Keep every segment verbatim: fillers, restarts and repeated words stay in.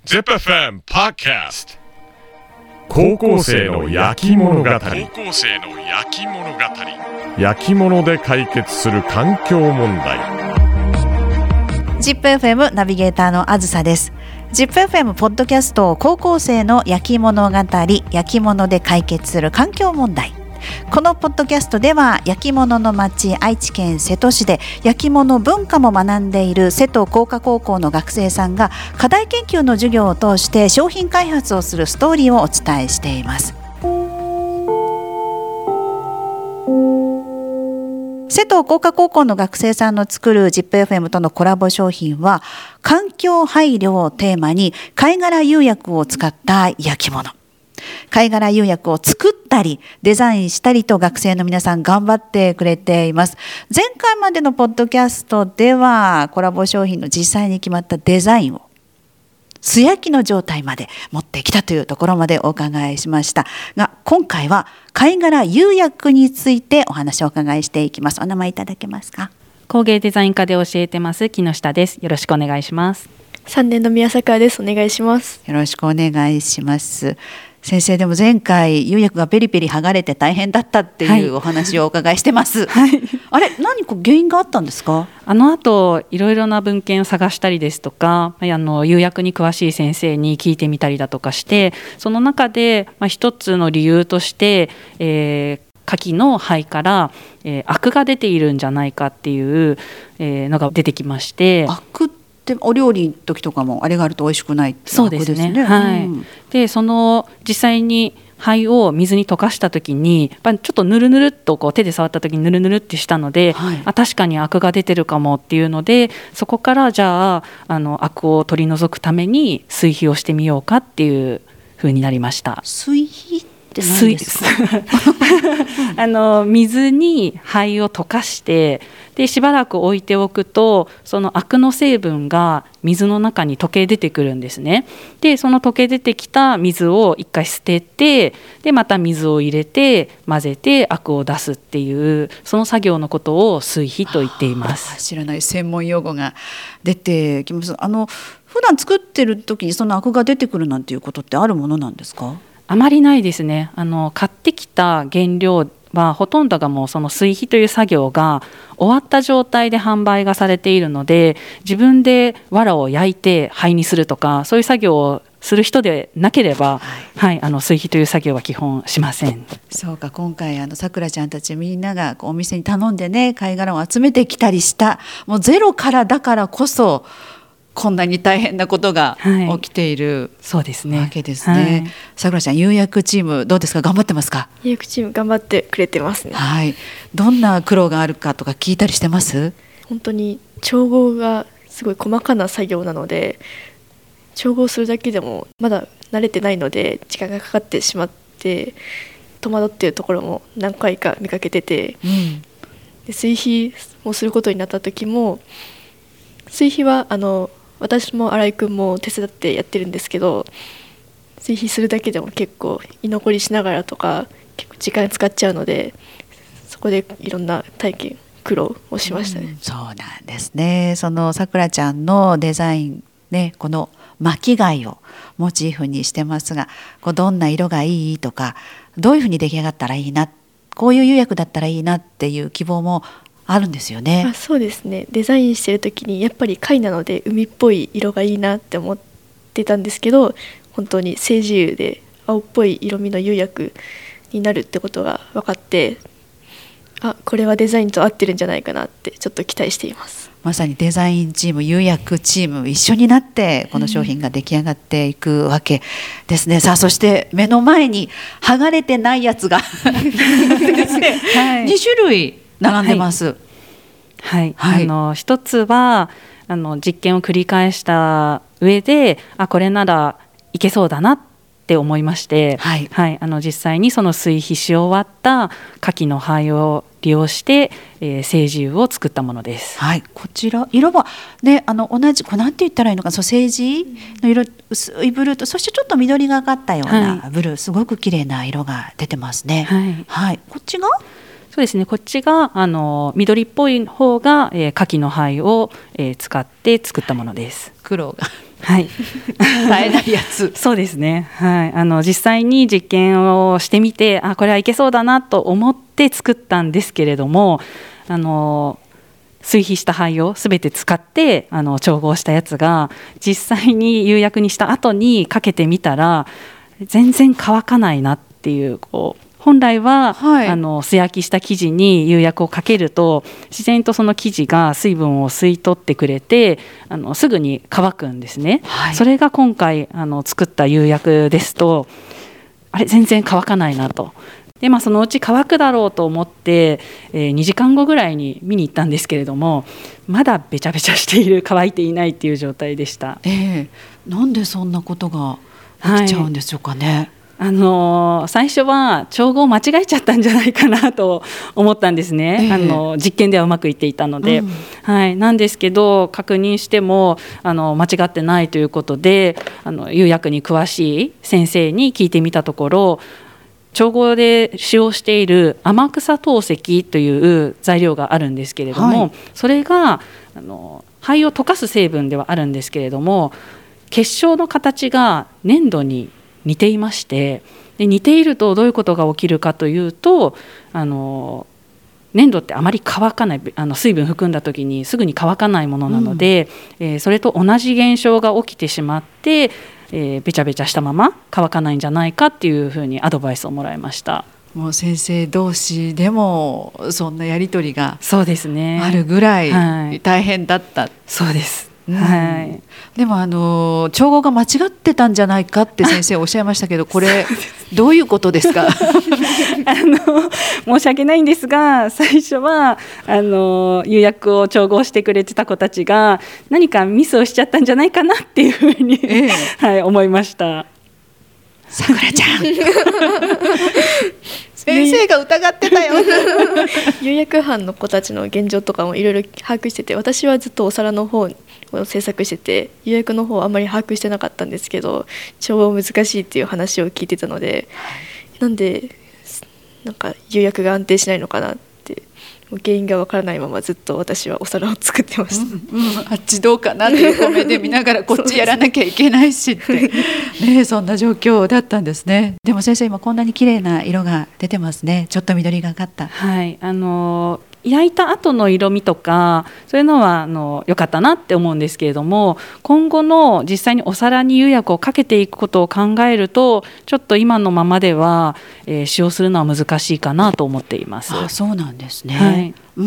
ジップエフエム Podcast 高校生の焼き物語高校生の焼き物語焼き物で解決する環境問題。 ジップエフエム ナビゲーターのあずさです。 ジップエフエム ポッドキャスト高校生の焼き物語焼き物で解決する環境問題。このポッドキャストでは焼き物の町愛知県瀬戸市で焼き物文化も学んでいる瀬戸工科高校の学生さんが課題研究の授業を通して商品開発をするストーリーをお伝えしています。瀬戸工科高校の学生さんの作る ジップエフエム とのコラボ商品は環境配慮をテーマに貝殻釉薬を使った焼き物。貝殻釉薬を作ったりデザインしたりと学生の皆さん頑張ってくれています。前回までのポッドキャストではコラボ商品の実際に決まったデザインを素焼きの状態まで持ってきたというところまでお伺いしましたが、今回は貝殻釉薬についてお話をお伺いしていきます。お名前いただけますか？ 工芸デザイン科で教えてます木下です。よろしくお願いします。 さんねんの宮坂です。お願いします。 よろしくお願いします。先生、でも前回釉薬がペリペリ剥がれて大変だったっていうお話をお伺いしてます、はい、あれ何か原因があったんですか？ あの後いろいろな文献を探したりですとか、あの釉薬に詳しい先生に聞いてみたりだとかして、その中で、まあ、一つの理由として、えー牡蠣の灰から、えー、アクが出ているんじゃないかっていう、えー、のが出てきまして。 アクってお料理の時とかもあれがあると美味しくないっていうそうですね、はい、うん、でその実際に灰を水に溶かした時にやっぱりちょっとぬるぬるっとこう手で触った時にぬるぬるってしたので、はい、あ確かにアクが出てるかもっていうので、そこからじゃあ、あのアクを取り除くために水肥をしてみようかっていう風になりました。 水肥って何ですか？ あの水に灰を溶かしてでしばらく置いておくと、そのアクの成分が水の中に溶け出てくるんですね。でその溶け出てきた水を一回捨てて、でまた水を入れて混ぜてアクを出すっていう、その作業のことを水肥と言っています。 知らない専門用語が出てきます。あの普段作ってる時にそのアクが出てくるなんていうことってあるものなんですか？ あまりないですね。あの買ってきた原料はほとんどがもうその水肥という作業が終わった状態で販売がされているので、自分で藁を焼いて灰にするとかそういう作業をする人でなければ、はいはい、あの水肥という作業は基本しません。 そうか、今回あのさくらちゃんたちみんながお店に頼んでね貝殻を集めてきたりした、もうゼロからだからこそこんなに大変なことが起きている、はい、 そうですね、 わけですね。さくらちゃん、釉薬チームどうですか？頑張ってますか？ 釉薬チーム頑張ってくれてますね、 はい、どんな苦労があるかとか聞いたりしてます？ 本当に調合がすごい細かな作業なので、調合するだけでもまだ慣れてないので時間がかかってしまって戸惑っているところも何回か見かけてて、うん、で水肥をすることになった時も、水肥はあの私も新井くんも手伝ってやってるんですけど、水肥するだけでも結構居残りしながらとか結構時間使っちゃうので、そこでいろんな体験苦労をしましたね、うん、 そうなんですね。そのさくらちゃんのデザインね、この巻貝をモチーフにしてますが、こうどんな色がいいとかどういうふうに出来上がったらいいな、こういう釉薬だったらいいなっていう希望もあるんですよね。 あ、そうですね。デザインしてる時にやっぱり貝なので海っぽい色がいいなって思ってたんですけど、本当に青磁釉で青っぽい色味の釉薬になるってことが分かって、あ、これはデザインと合ってるんじゃないかなってちょっと期待しています。 まさにデザインチーム、釉薬チーム一緒になってこの商品が出来上がっていくわけですね、うん、さあそして目の前に剥がれてないやつがはい、に種類並んでます。はいはいはい、あの一つはあの実験を繰り返した上で、あこれならいけそうだなって思いまして、はいはい、あの実際にその水肥し終わった牡蠣の灰を利用して、えー、青磁釉を作ったものです。 はい、こちら色は、ね、あの同じこれなんて言ったらいいのか、そう青磁の色、薄いブルーとそしてちょっと緑がかったようなブルー、はい、すごく綺麗な色が出てますね。はいはい、こっちがそうですね、こっちがあの緑っぽい方が、えー、牡蠣の灰を、えー、使って作ったものです。 黒がはい耐えないやつそうですね、はい、あの実際に実験をしてみて、あこれはいけそうだなと思って作ったんですけれども、あの水肥した灰をすべて使ってあの調合したやつが実際に釉薬にした後にかけてみたら全然乾かないなっていう、こう本来は、はい、あの素焼きした生地に釉薬をかけると自然とその生地が水分を吸い取ってくれてあのすぐに乾くんですね、はい、それが今回あの作った釉薬ですとあれ全然乾かないなと。でまあ、そのうち乾くだろうと思って、えー、にじかんごぐらいに見に行ったんですけれどもまだべちゃべちゃしている、乾いていないっていう状態でした。 えー、なんでそんなことが起きちゃうんでしょうかね。 はい、あのー、最初は調合間違えちゃったんじゃないかなと思ったんですね、えー、あの実験ではうまくいっていたので、うんはい、なんですけど確認してもあの間違ってないということであの釉薬に詳しい先生に聞いてみたところ調合で使用している天草陶石という材料があるんですけれども、はい、それがあの灰を溶かす成分ではあるんですけれども結晶の形が粘土に似ていまして、で似ているとどういうことが起きるかというとあの粘土ってあまり乾かない、あの水分含んだ時にすぐに乾かないものなので、うんえー、それと同じ現象が起きてしまってえー、べちゃべちゃしたまま乾かないんじゃないかっていうふうにアドバイスをもらいました。 もう先生同士でもそんなやり取りがそうですねあるぐらい大変だった、はい、 そうです、 うんはい、 でもあの調合が間違ってたんじゃないかって先生おっしゃいましたけどこれどういうことですか？ あの申し訳ないんですが最初はあの釉薬を調合してくれてた子たちが何かミスをしちゃったんじゃないかなっていうふうに、ええはい、思いました。 さくらちゃん先生が疑ってたよ釉薬班の子たちの現状とかもいろいろ把握してて私はずっとお皿の方を制作してて釉薬の方はあんまり把握してなかったんですけど調合難しいっていう話を聞いてたのでなんでなんか釉薬が安定しないのかなって原因がわからないままずっと私はお皿を作ってました、 うんうん、あっちどうかなって横目で見ながらこっちやらなきゃいけないしってね、そんな状況だったんですね。でも先生今こんなに綺麗な色が出てますね。ちょっと緑がかった、 はい、あの焼いた後の色味とかそういうのはあの良かったなって思うんですけれども今後の実際にお皿に釉薬をかけていくことを考えるとちょっと今のままでは、えー、使用するのは難しいかなと思っています。 あ、そうなんですね、 はいうん、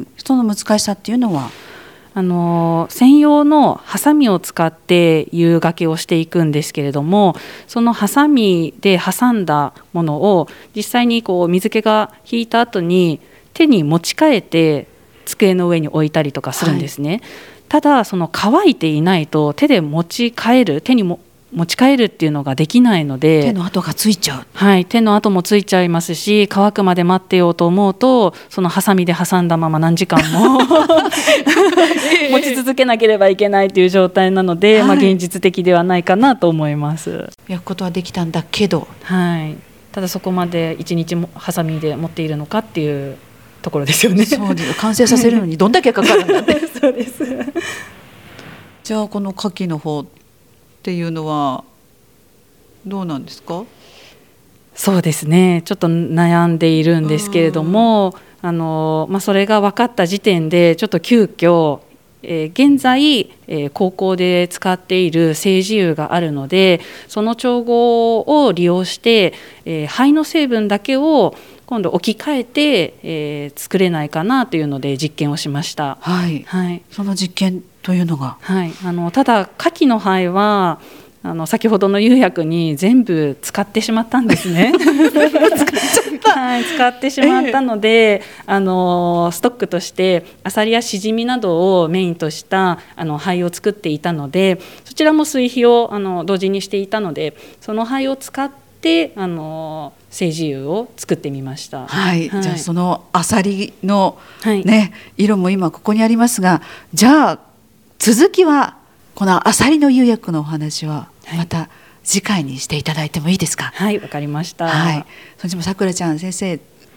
その難しさっていうのはあの専用のハサミを使って釉がけをしていくんですけれどもそのハサミで挟んだものを実際にこう水気が引いた後に手に持ち替えて机の上に置いたりとかするんですね、はい、ただその乾いていないと手で持ち替える手にも持ち帰るっていうのができないので手の跡がついちゃう、 はい、手の跡もついちゃいますし乾くまで待ってようと思うとそのハサミで挟んだまま何時間も持ち続けなければいけないという状態なので、はいまあ、現実的ではないかなと思います。 焼くことはできたんだけど、 はい、ただそこまでいちにちもハサミで持っているのかっていうところですよね。 そうです。完成させるのにどんだけかかるんだってそうですじゃあこの牡蠣の方っていうのはどうなんですか？ そうですねちょっと悩んでいるんですけれどもあの、まあ、それが分かった時点でちょっと急遽、えー、現在、えー、高校で使っている精製釉があるのでその調合を利用して、えー、灰の成分だけを今度置き換えて、えー、作れないかなというので実験をしました、 はいはい、その実験というのが、 はい、あのただ牡蠣の灰はあの先ほどの釉薬に全部使ってしまったんですね使っちゃった、はい、使ってしまったので、ええ、あのストックとしてアサリやシジミなどをメインとしたあの灰を作っていたのでそちらも水肥をあの同時にしていたのでその灰を使ってあの精製釉を作ってみました、 はいはい、じゃあそのアサリの、ね、色も今ここにありますがじゃあ続きはこのアサリの釉薬のお話はまた次回にしていただいてもいいですか？ はい、わかりました。 はい、それでもさくらちゃん先生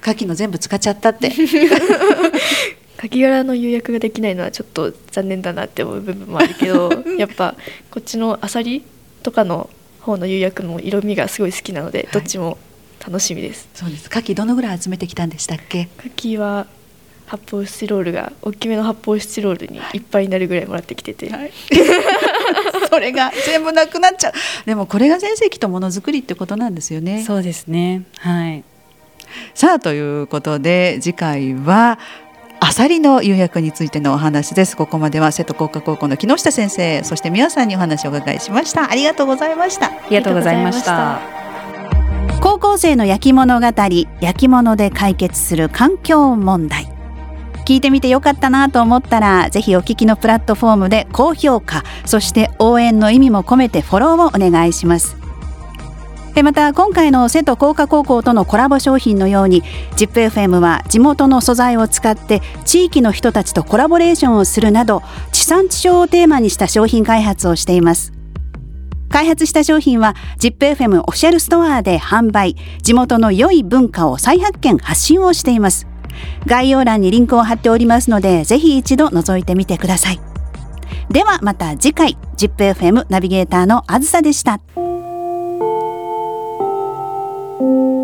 牡蠣の全部使っちゃったってカキ殻の釉薬ができないのはちょっと残念だなって思う部分もあるけどやっぱこっちのアサリとかの方の釉薬の色味がすごい好きなので、はい、どっちも楽しみです。 そうです。牡蠣どのぐらい集めてきたんでしたっけ？ 牡蠣は発泡スチロールが大きめの発泡スチロールにいっぱいになるぐらいもらってきてて、はい、 それが全部なくなっちゃう。でもこれが全盛期とものづくりってことなんですよね。 そうですね、はい。 さあということで次回はアサリの釉薬についてのお話です。ここまでは瀬戸工科高校の木下先生、そして宮さんにお話をお伺いしました。ありがとうございました。 ありがとうございました。 高校生の焼き物語、焼き物で解決する環境問題。聞いてみてよかったなと思ったら、ぜひお聞きのプラットフォームで高評価、そして応援の意味も込めてフォローをお願いします。また今回の瀬戸工科高校とのコラボ商品のように ジップエフエム は地元の素材を使って地域の人たちとコラボレーションをするなど、地産地消をテーマにした商品開発をしています。開発した商品は ジップエフエム オフィシャルストアで販売、地元の良い文化を再発見発信をしています。概要欄にリンクを貼っておりますので、ぜひ一度覗いてみてください。ではまた次回、 ジップエフエム ナビゲーターのあずさでした。